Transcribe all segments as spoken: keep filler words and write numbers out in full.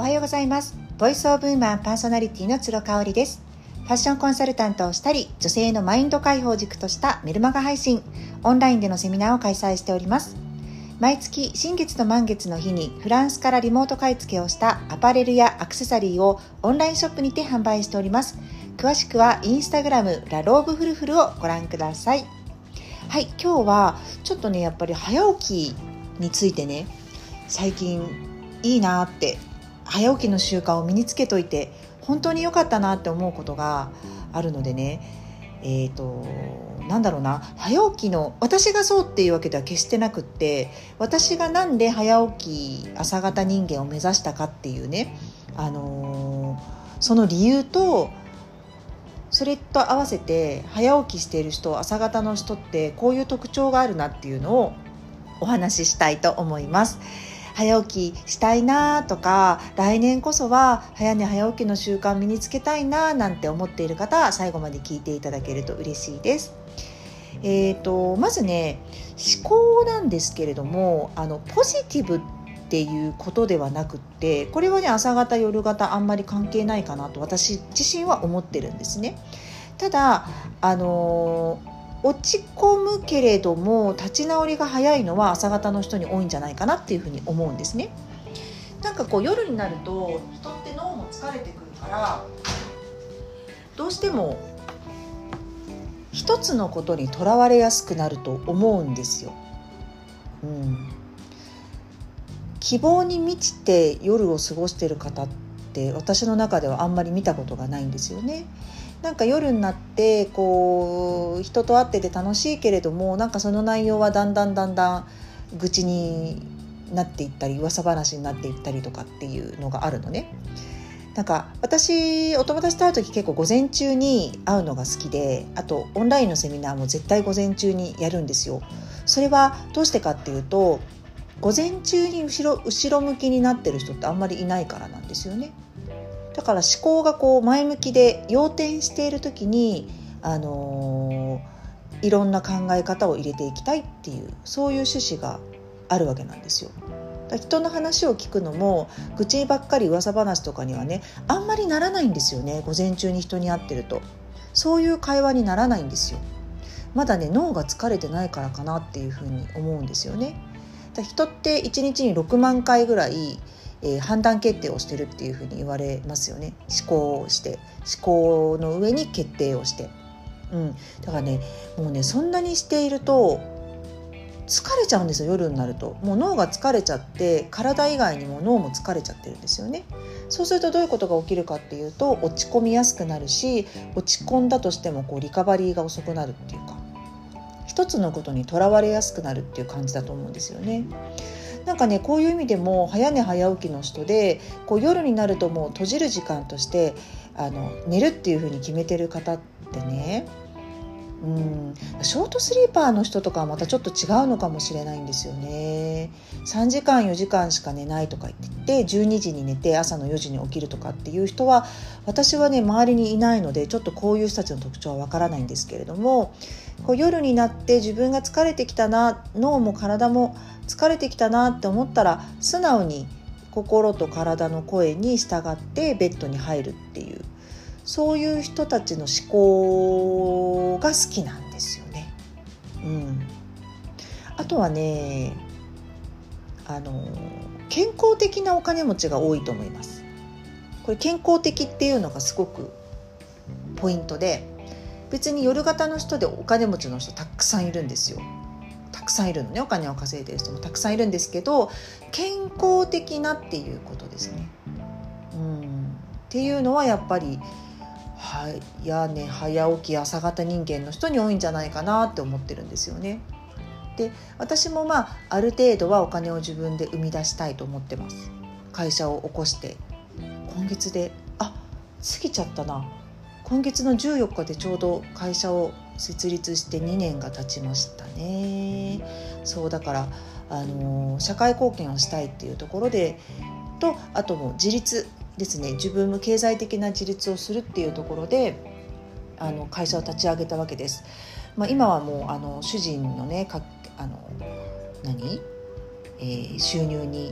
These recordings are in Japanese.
はようございます。ボイスオブウーマンパーソナリティの鶴香織です。ファッションコンサルタントをしたり、女性のマインド解放軸としたメルマガ配信、オンラインでのセミナーを開催しております。毎月新月と満月の日にフランスからリモート買い付けをしたアパレルやアクセサリーをオンラインショップにて販売しております。詳しくはインスタグラムラローブフルフルをご覧ください。はい、今日はちょっとねやっぱり早起きについてね、最近いいなって早起きの習慣を身につけといて本当に良かったなって思うことがあるのでね、えーとなんだろうな早起きの私がそうっていうわけでは決してなくって、私がなんで早起き朝型人間を目指したかっていうね、あのー、その理由とそれと合わせて早起きしている人、朝型の人ってこういう特徴があるなっていうのをお話ししたいと思います。早起きしたいなとか、来年こそは早寝早起きの習慣身につけたいななんて思っている方は最後まで聞いていただけると嬉しいです。えーと、まずね思考なんですけれども、あのポジティブっていうことではなくって、これはね朝型夜型あんまり関係ないかなと私自身は思ってるんですね。ただあのー落ち込むけれども立ち直りが早いのは朝型の人に多いんじゃないかなっていうふうに思うんですね。なんかこう夜になると人って脳も疲れてくるから、どうしても一つのことにとらわれやすくなると思うんですよ。うん、希望に満ちて夜を過ごしている方って私の中ではあんまり見たことがないんですよね。なんか夜になってこう人と会ってて楽しいけれども、なんかその内容はだんだんだんだん愚痴になっていったり噂話になっていったりとかっていうのがあるのね。なんか私お友達と会う時結構午前中に会うのが好きで、あとオンラインのセミナーも絶対午前中にやるんですよ。それはどうしてかっていうと、午前中に後ろ後ろ向きになってる人ってあんまりいないからなんですよね。だから思考がこう前向きで要点している時に、あのー、いろんな考え方を入れていきたいっていう、そういう趣旨があるわけなんですよ。だ人の話を聞くのも愚痴ばっかり噂話とかにはねあんまりならないんですよね。午前中に人に会ってるとそういう会話にならないんですよ。まだね脳が疲れてないからかなっていうふうに思うんですよね。だ人っていちにちにろくまんかいぐらいえー、判断決定をしてるっていうふうに言われますよね。思考をして思考の上に決定をして、うん、だからねもうねそんなにしていると疲れちゃうんですよ。夜になるともう脳が疲れちゃって、体以外にも脳も疲れちゃってるんですよね。そうするとどういうことが起きるかっていうと、落ち込みやすくなるし、落ち込んだとしてもこうリカバリーが遅くなるっていうか、一つのことにとらわれやすくなるっていう感じだと思うんですよね。なんかねこういう意味でも早寝早起きの人で、こう夜になるともう閉じる時間としてあの寝るっていう風に決めてる方ってね、うんショートスリーパーの人とかはまたちょっと違うのかもしれないんですよね。さんじかんよじかんしか寝ないとか言ってじゅうにじに寝て朝のよじに起きるとかっていう人は私はね周りにいないので、ちょっとこういう人たちの特徴はわからないんですけれども、こう夜になって自分が疲れてきたな、脳も体も疲れてきたなって思ったら素直に心と体の声に従ってベッドに入るっていう、そういう人たちの思考が好きなんですよね。うん、あとはねあの健康的なお金持ちが多いと思います。これ健康的っていうのがすごくポイントで、別に夜型の人でお金持ちの人たくさんいるんですよ。たくさんいるのね。お金を稼いでる人もたくさんいるんですけど、健康的なっていうことですね。うんっていうのはやっぱり早寝早起き朝型人間の人に多いんじゃないかなって思ってるんですよね。で私もまあある程度はお金を自分で生み出したいと思ってます。会社を起こして今月であ過ぎちゃったな今月のじゅうよっかでちょうど会社を設立してにねんが経ちましたね。そうだからあの社会貢献をしたいっていうところでと、あとも自立ですね。自分の経済的な自立をするっていうところであの会社を立ち上げたわけです。まあ、今はもうあの主人のねかあの何、えー、収入に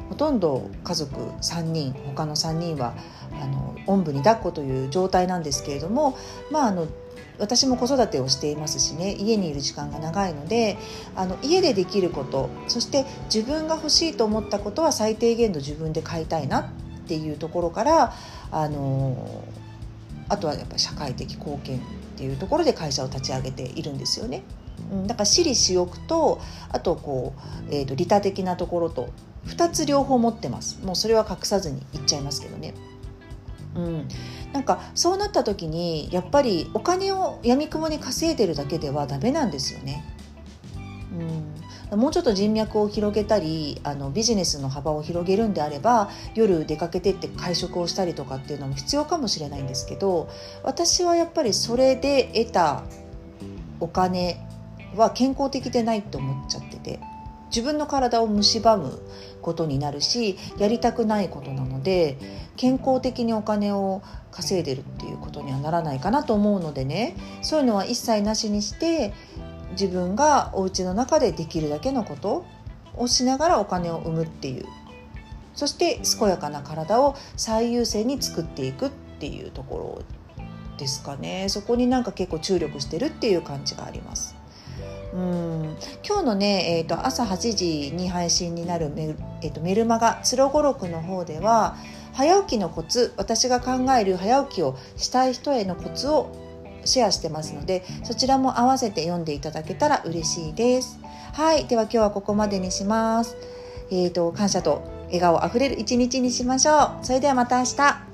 ほとんど家族さんにん、他のさんにんはあのおんぶに抱っこという状態なんですけれども、まああの私も子育てをしていますしね、家にいる時間が長いので、あの家でできること、そして自分が欲しいと思ったことは最低限度自分で買いたいなっていうところから、あのあとはやっぱり社会的貢献っていうところで会社を立ち上げているんですよね。うん、だから私利私欲と、あとこう、えーと、利他的なところとふたつ両方持ってます。もうそれは隠さずに言っちゃいますけどね。うん、なんかそうなった時にやっぱりお金を闇雲に稼いでるだけではダメなんですよね。うん、もうちょっと人脈を広げたり、あのビジネスの幅を広げるんであれば、夜出かけてって会食をしたりとかっていうのも必要かもしれないんですけど、私はやっぱりそれで得たお金は健康的でないと思っちゃってて、自分の体を蝕むことになるし、やりたくないことなので、健康的にお金を稼いでるっていうことにはならないかなと思うのでね、そういうのは一切なしにして、自分がお家の中でできるだけのことをしながらお金を生むっていう、そして健やかな体を最優先に作っていくっていうところですかね。そこになんか結構注力してるっていう感じがあります。うん今日のね、えー、と朝はちじに配信になるメ,、えー、とメルマガつろごろくの方では、早起きのコツ、私が考える早起きをしたい人へのコツをシェアしてますので、そちらも合わせて読んでいただけたら嬉しいです。はい、では今日はここまでにします。えー、と感謝と笑顔あふれる一日にしましょう。それではまた明日。